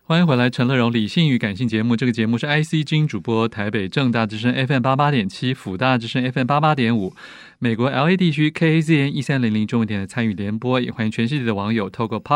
欢迎回来，陈乐融理性与感性节目。这个节目是 IC 之音主播，台北正大之声 FM88.7， 辅大之声 FM88.5， 美国 LA 地区 KAZN 1300中文台的参与联播。也欢迎全世界的网友透过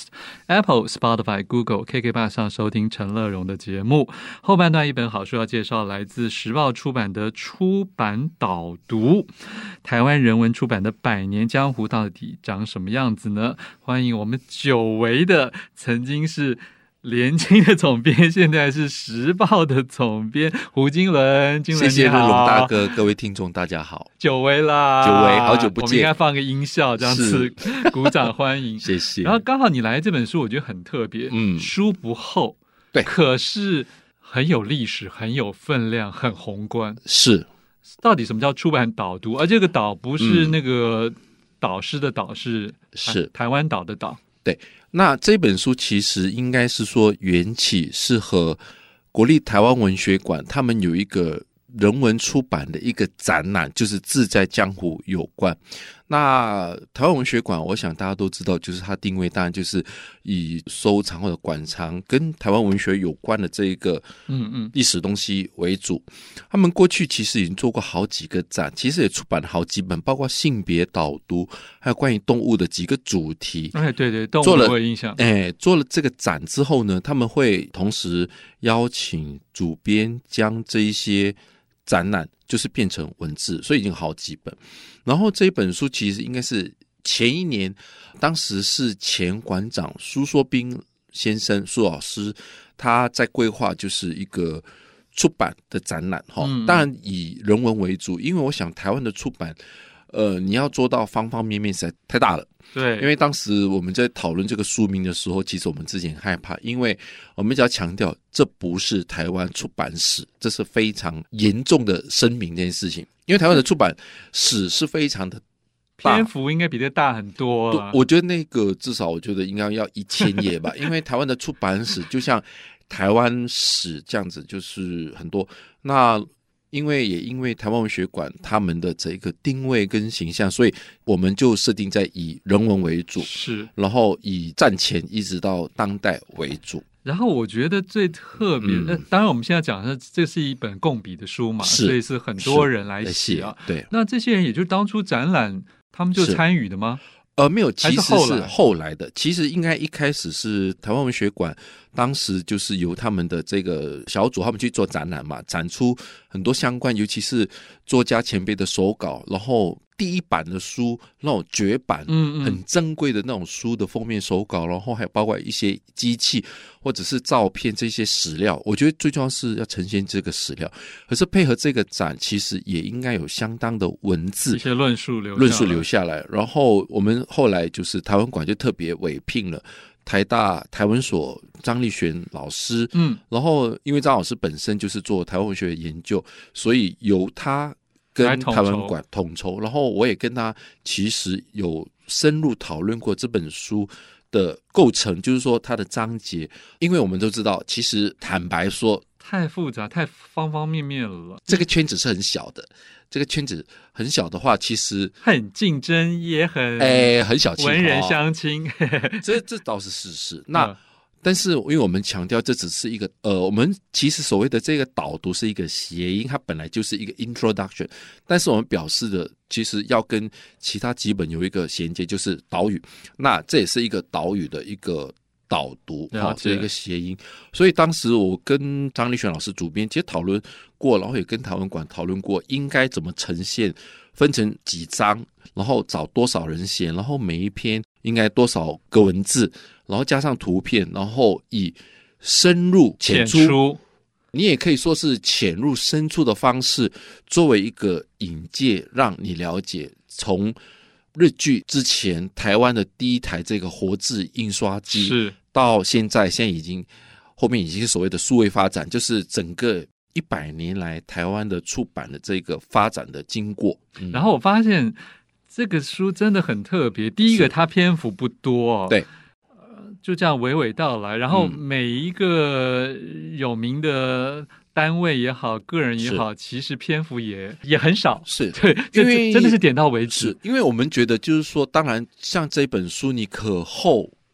Podcast、Apple、Spotify、Google、KKBOX 上收听陈乐融的节目。后半段一本好书要介绍，来自时报出版的出版导读，台湾人文出版的百年江湖到底长什么样子呢？欢迎我们久违的曾经是联经的总编，现在是时报的总编胡金伦。金伦， 谢谢乐融大哥，各位听众大家好， 久违啦， 久违，好久不见。 我们应该放个音效，这样子鼓掌欢迎。 谢谢。 然后刚好你来这本书，我觉得很特别，书不厚， 对， 可是很有历史，很有分量，很宏观。 是， 到底什么叫出版导读？而这个导不是那个导师的导，是台湾岛的岛。 对，那这本书其实应该是说缘起是和国立台湾文学馆他们有一个人文出版的一个展览，就是志在江湖有关。那台湾文学馆我想大家都知道，就是它定位当然就是以收藏或者馆藏跟台湾文学有关的这一个历史东西为主。他们过去其实已经做过好几个展，其实也出版了好几本，包括性别导读，还有关于动物的几个主题。 对，动物我有印象。 做了这个展之后呢，他们会同时邀请主编将这一些展览就是变成文字，所以已经好几本。然后这一本书其实应该是前一年，当时是前馆长苏硕斌先生苏老师他在规划就是一个出版的展览，当然以人文为主，因为我想台湾的出版你要做到方方面面实在太大了。 对， 因为当时我们在讨论这个书名的时候，其实我们之前很害怕，因为我们只要强调这不是台湾出版史，这是非常严重的声明这件事情。因为台湾的出版史是非常的大， 篇幅应该比这大很多了。 我觉得那个至少我觉得应该要1000页吧，因为台湾的出版史就像台湾史这样子，就是很多。那因为台湾文学馆他们的这个定位跟形象，所以我们就设定在以人文为主， 是， 然后以战前一直到当代为主。 然后我觉得最特别当然我们现在讲的这是一本共笔的书嘛，所以是很多人来写啊。 对， 那这些人也就是当初展览他们就参与的吗？ 没有，其实是后来的。其实应该一开始是台湾文学馆，当时就是由他们的这个小组他们去做展览嘛，展出很多相关，尤其是作家前辈的手稿，然后第一版的书那种绝版很珍贵的那种书的封面手稿，然后还有包括一些机器或者是照片这些史料，我觉得最重要是要呈现这个史料，可是配合这个展其实也应该有相当的文字， 一些论述留下来。 然后我们后来就是台湾馆就特别委聘了台大台文所张立璇老师，然后因为张老师本身就是做台湾文学的研究，所以由他跟台湾馆统筹，然后我也跟他其实有深入讨论过这本书的构成，就是说它的章节，因为我们都知道其实坦白说太复杂太方方面面了， 这个圈子是很小的，这个圈子很小的话其实很竞争也很小气， 文人相亲这倒是事实。那但是因为我们强调这只是一个我们其实所谓的这个导读是一个谐音，它本来就是一个 introduction， 但是我们表示的其实要跟其他几本有一个衔接，就是岛屿，那这也是一个岛屿的一个导读，这一个谐音。所以当时我跟张立璇老师主编其实讨论过，然后也跟台湾馆讨论过应该怎么呈现，分成几章，然后找多少人写，然后每一篇应该多少个文字，然后加上图片，然后以深入浅出，你也可以说是浅入深处的方式，作为一个引介，让你了解从日据之前台湾的第一台这个活字印刷机， 是到现在已经后面已经是所谓的数位发展，就是整个100年来台湾的出版的这个发展的经过。 然后我发现这个书真的很特别，第一个它篇幅不多， 对， 就这样娓娓道来，然后每一个有名的单位也好，个人也好，其实篇幅也很少， 是对，因为真的是点到为止。 因为我们觉得就是说，当然像这本书你可厚可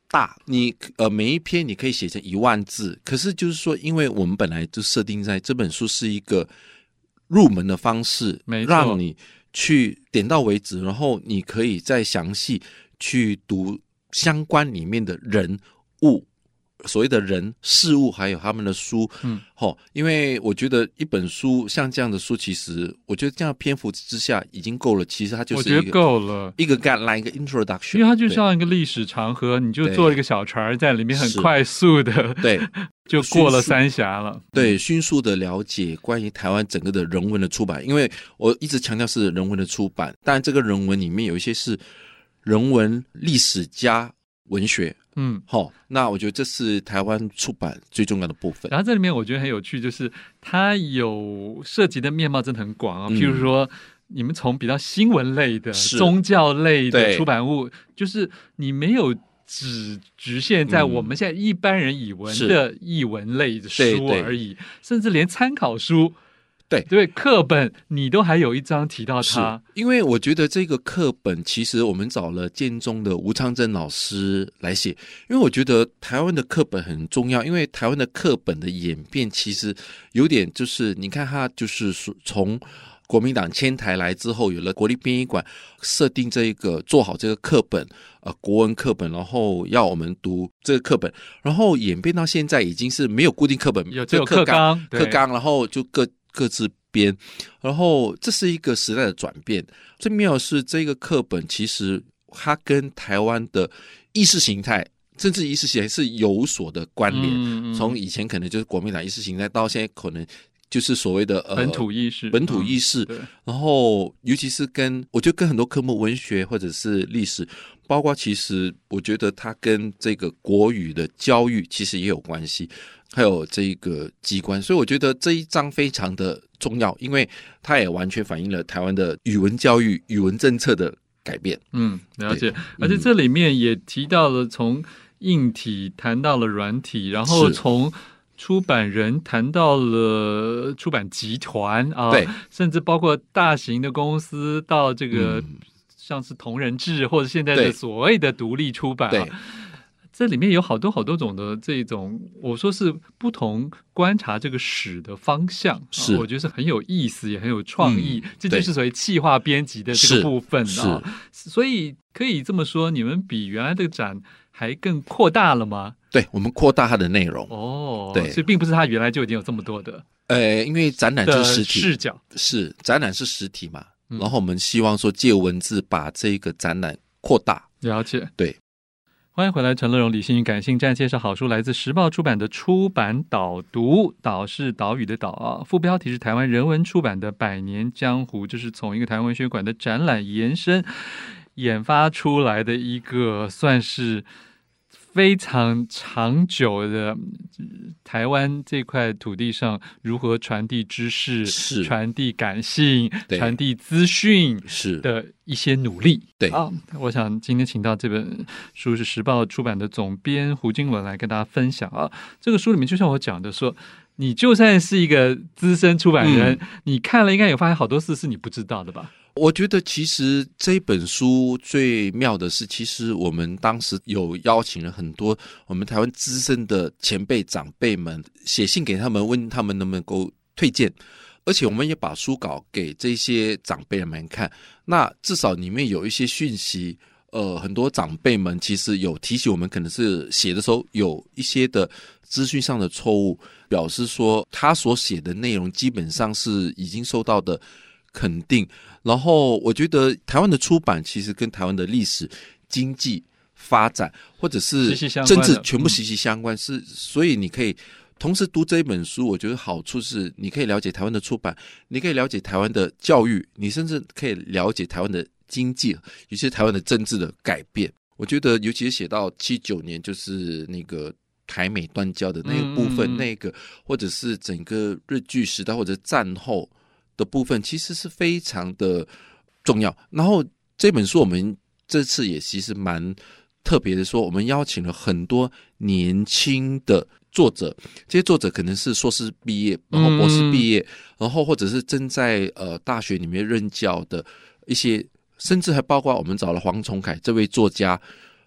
大，你每一篇你可以写成10000字，可是就是说，因为我们本来就设定在这本书是一个入门的方式，让你去点到为止，然后你可以再详细去读相关里面的人物，所谓的人事物还有他们的书，因为我觉得一本书像这样的书，其实我觉得这样的篇幅之下已经够了，其实它就是一个，我觉得够了，一个 guideline， 一个 introduction， 因为它就像一个历史长河，你就做一个小船在里面，很快速的， 对， 就过了三峡了， 对，迅速的了解关于台湾整个的人文的出版，因为我一直强调是人文的出版，当然这个人文里面有一些是人文历史加文学，那我觉得这是台湾出版最重要的部分。 然后这里面我觉得很有趣，就是它有涉及的面貌真的很广啊，譬如说你们从比较新闻类的、宗教类的出版物，就是你没有只局限在我们现在一般人以为的译文类的书而已，甚至连参考书。对，课本你都还有一章提到它， 因为我觉得这个课本其实我们找了建中的吴昌正老师来写，因为我觉得台湾的课本很重要，因为台湾的课本的演变其实有点就是你看它就是从国民党迁台来之后，有了国立编译馆设定这一个做好这个课本国文课本，然后要我们读这个课本，然后演变到现在已经是没有固定课本， 只有课纲， 然后就各自编，然后这是一个时代的转变。最妙的是这个课本其实它跟台湾的意识形态政治意识形态是有所的关联，从以前可能就是国民党意识形态，到现在可能就是所谓的本土意识， 然后尤其是我觉得跟很多科目文学或者是历史，包括其实我觉得它跟这个国语的教育其实也有关系，还有这个机关，所以我觉得这一章非常的重要，因为它也完全反映了台湾的语文教育、语文政策的改变。 了解。而且这里面也提到了从硬体谈到了软体，然后从出版人谈到了出版集团啊，甚至包括大型的公司到这个像是同人志或者现在的所谓的独立出版这里面有好多种的这种，我说是不同观察这个史的方向，我觉得是很有意思，也很有创意，这就是所谓企划编辑的这个部分所以可以这么说，你们比原来这个展还更扩大了吗？ 对，我们扩大它的内容对，所以并不是它原来就已经有这么多的因为展览是实体视角， 是展览是实体嘛，然后我们希望说借文字把这个展览扩大。 了解， 对。 欢迎回来，陈乐融理性与感性站介绍好书，来自时报出版的出版导读，岛是岛屿的岛副标题是台湾人文出版的百年江湖，这是从一个台湾文学馆的展览延伸研发出来的一个算是非常长久的台湾这块土地上如何传递知识、传递感性、传递资讯的一些努力。 对我想今天请到这本书是时报出版的总编胡金伦来跟大家分享这个书里面就像我讲的说，你就算是一个资深出版人，你看了应该有发现好多事是你不知道的吧？ 我觉得其实这本书最妙的是，其实我们当时有邀请了很多我们台湾资深的前辈长辈们，写信给他们，问他们能不能够推荐，而且我们也把书稿给这些长辈们看，那至少里面有一些讯息很多长辈们其实有提醒我们，可能是写的时候有一些的资讯上的错误，表示说他所写的内容基本上是已经受到的肯定。然后我觉得台湾的出版其实跟台湾的历史、经济发展或者是政治全部息息相关，所以你可以同时读这一本书，我觉得好处是你可以了解台湾的出版，你可以了解台湾的教育，你甚至可以了解台湾的经济，有些台湾的政治的改变。我觉得尤其是写到79年，就是那个台美断交的那个部分，那个或者是整个日据时代或者战后的部分，其实是非常的重要。然后这本书我们这次也其实蛮特别的，说我们邀请了很多年轻的作者，这些作者可能是硕士毕业，然后博士毕业，然后或者是正在大学里面任教的一些，甚至还包括我们找了黄崇凯这位作家，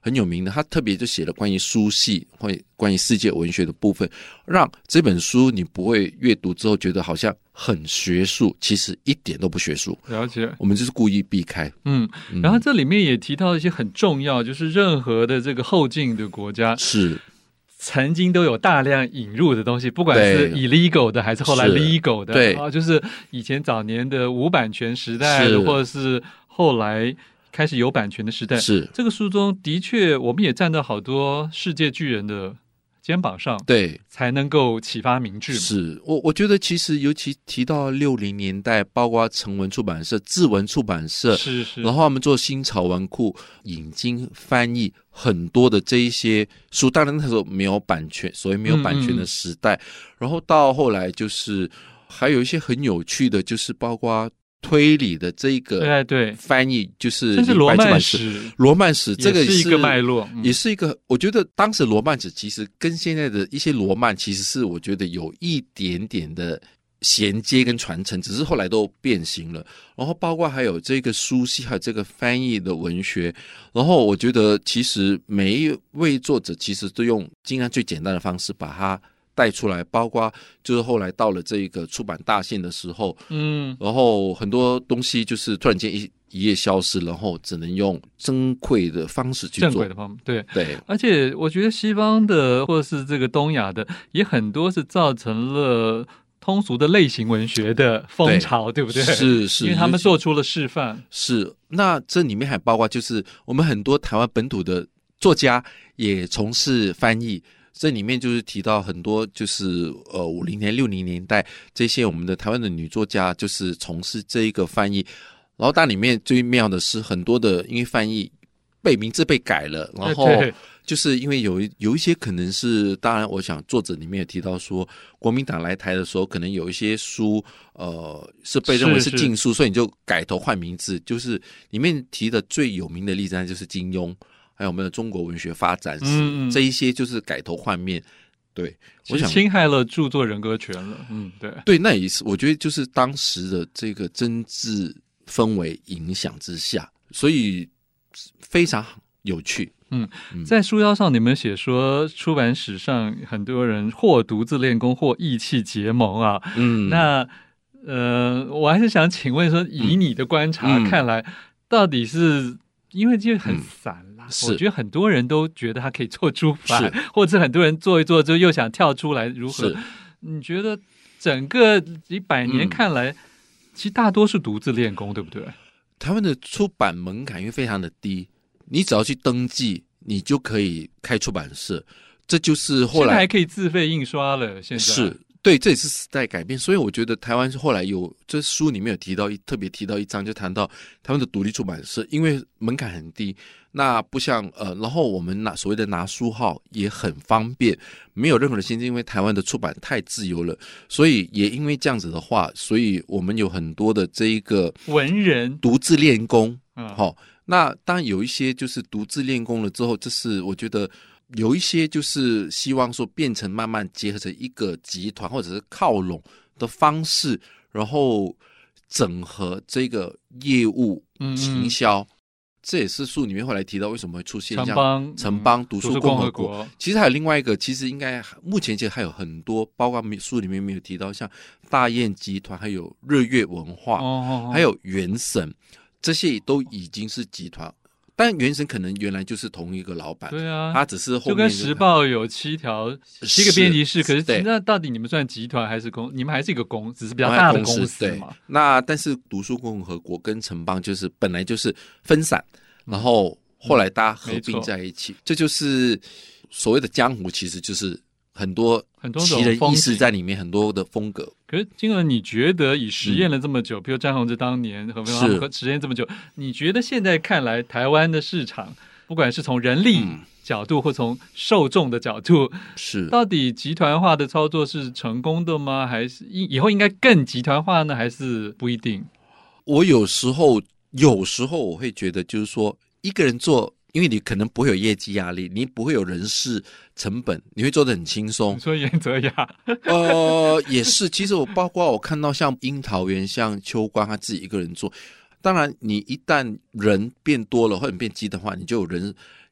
很有名的，他特别就写了关于书系或关于世界文学的部分，让这本书你不会阅读之后觉得好像很学术，其实一点都不学术。 了解， 我们就是故意避开。 然后这里面也提到一些很重要，就是任何的这个后进的国家是曾经都有大量引入的东西，不管是 illegal 的还是后来 legal 的， 对就是以前早年的无版权时代，或者是后来开始有版权的时代。 是这个书中的确，我们也站到好多世界巨人的肩膀上， 对， 才能够启发明智。 是我觉得其实尤其提到60年代，包括成文出版社、志文出版社， 是， 然后他们做新潮文库，引进翻译很多的这一些书，当然那时候没有版权，所谓没有版权的时代，然后到后来就是还有一些很有趣的，就是包括推理的这个翻译，就是这是罗曼史， 罗曼史这个也是一个脉络， 也是一个。我觉得当时罗曼史其实跟现在的一些罗曼，其实是我觉得有一点点的衔接跟传承，只是后来都变形了。然后包括还有这个书系，还有这个翻译的文学。然后我觉得其实每一位作者其实都用尽量最简单的方式把它带出来，包括就是后来到了这个出版大限的时候，然后很多东西就是突然间一夜消失，然后只能用珍贵的方式去做， 正轨的方式， 对。 而且我觉得西方的或是这个东亚的，也很多是造成了通俗的类型文学的风潮， 对不对？ 是， 因为他们做出了示范。 是，那这里面还包括就是我们很多台湾本土的作家也从事翻译。这里面就是提到很多就是50年60年代这些我们的台湾的女作家就是从事这一个翻译，然后但里面最妙的是很多的因为翻译名字被改了，然后就是因为有一些可能是，当然我想作者里面也提到说国民党来台的时候可能有一些书是被认为是禁书，所以你就改头换名字，就是里面提的最有名的例子就是金庸，还有我们的中国文学发展史，这一些就是改头换面。对，我想侵害了著作人格权了。 对，那也是我觉得就是当时的这个政治氛围影响之下，所以非常有趣。 在书腰上你们写说出版史上很多人或独自练功或义气结盟啊。那我还是想请问说，以你的观察看来，到底是因为就很散啦，我觉得很多人都觉得他可以做出版，或者很多人做一做就又想跳出来，如何？你觉得整个100年看来，其实大多是独自练功，对不对？ 他们的出版门槛因为非常的低，你只要去登记，你就可以开出版社。这就是后来现在还可以自费印刷了。现在是对，这也是时代改变。所以我觉得台湾后来有这书里面有提到特别提到一章，就谈到他们的独立出版社，因为门槛很低，那不像然后我们所谓的拿书号也很方便，没有任何的限制，因为台湾的出版太自由了，所以也因为这样子的话，所以我们有很多的这一个文人独自练功。那当然有一些就是独自练功了之后，这是我觉得有一些就是希望说变成慢慢结合成一个集团或者是靠拢的方式，然后整合这个业务行销。这也是书里面后来提到为什么会出现像城邦读书共和国。其实还有另外一个，其实应该目前其实还有很多，包括书里面没有提到，像大雁集团，还有日月文化，还有原神，这些都已经是集团。但原神可能原来就是同一个老板， 对啊， 他只是后面就跟时报有7个编辑室，可是那到底你们算集团还是公？你们还是一个公，只是比较大的公司嘛。 那但是读书共和国跟城邦就是本来就是分散，然后后来大家合并在一起，这就是所谓的江湖，其实就是很多奇人异事在里面，很多的风格。 可是金额，你觉得以实验了这么久，比如詹宏志当年和实验这么久，你觉得现在看来台湾的市场，不管是从人力角度或从受众的角度， 是到底集团化的操作是成功的吗？还是以后应该更集团化呢？还是不一定？ 我有时候我会觉得，就是说一个人做。因为你可能不会有业绩压力，你不会有人事成本，你会做得很轻松。 你说严泽雅也是。其实包括我看到像樱桃园、像秋光他自己一个人做，当然你一旦人变多了或者变集团化，你就有人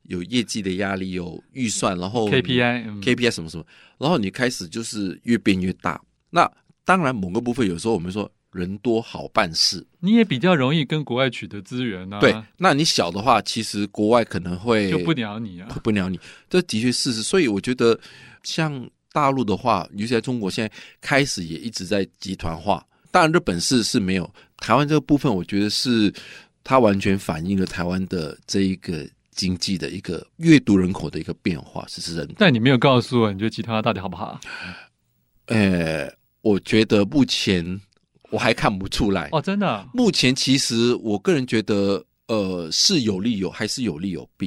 有业绩的压力，有预算，然后 KPI 什么什么，然后你开始就是越变越大。那当然某个部分有时候我们说人多好办事， 你也比较容易跟国外取得资源啊。 对，那你小的话，其实国外可能会就不鸟你啊， 不鸟你，这的确是。所以我觉得像大陆的话，尤其在中国现在开始也一直在集团化。当然日本是没有，台湾这个部分我觉得是它完全反映了台湾的这一个经济的一个阅读人口的一个变化，是真的。 但你没有告诉我你觉得集团化到底好不好？ 我觉得目前我还看不出来。 哦，真的啊？ 目前其实我个人觉得是有利还是有利有弊。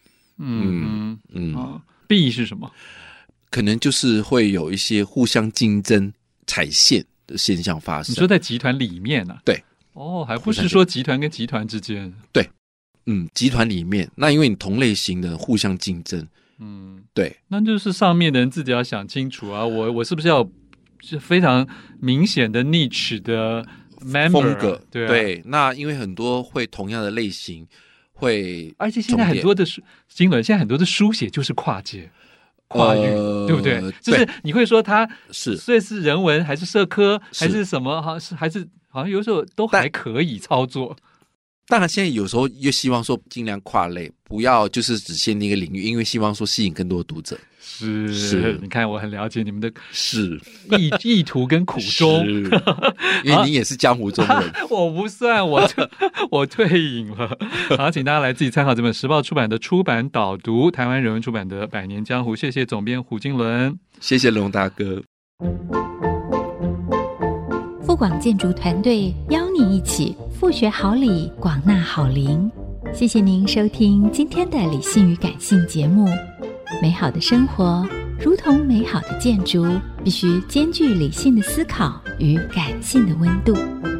弊是什么？ 可能就是会有一些互相竞争踩线的现象发生。 你说在集团里面啊？ 对。 哦，还不是说集团跟集团之间。 对。集团里面，那因为你同类型的互相竞争。对。 那就是上面的人自己要想清楚啊，我是不是要非常明显的 niche 的 member 风格？ 对啊， 对。那因为很多会同样的类型会， 而且现在很多的新闻，现在很多的书写就是跨界跨域，对不对？就是你会说它是所以是人文还是社科还是什么，还是好像有时候都还可以操作。 当然现在有时候又希望说尽量跨类，不要就是只限定一个领域，因为希望说吸引更多的读者。 是，你看我很了解你们的是意图跟苦衷， 因为你也是江湖中人。 我不算，我退隐了。好，请大家来自己参考这本时报出版的出版导读，台湾人文出版的《百年江湖》。谢谢总编胡金伦， 谢谢龙大哥。 富广建筑团队邀你一起复学好礼，广纳好邻。谢谢您收听今天的理性与感性节目。美好的生活如同美好的建筑，必须兼具理性的思考与感性的温度。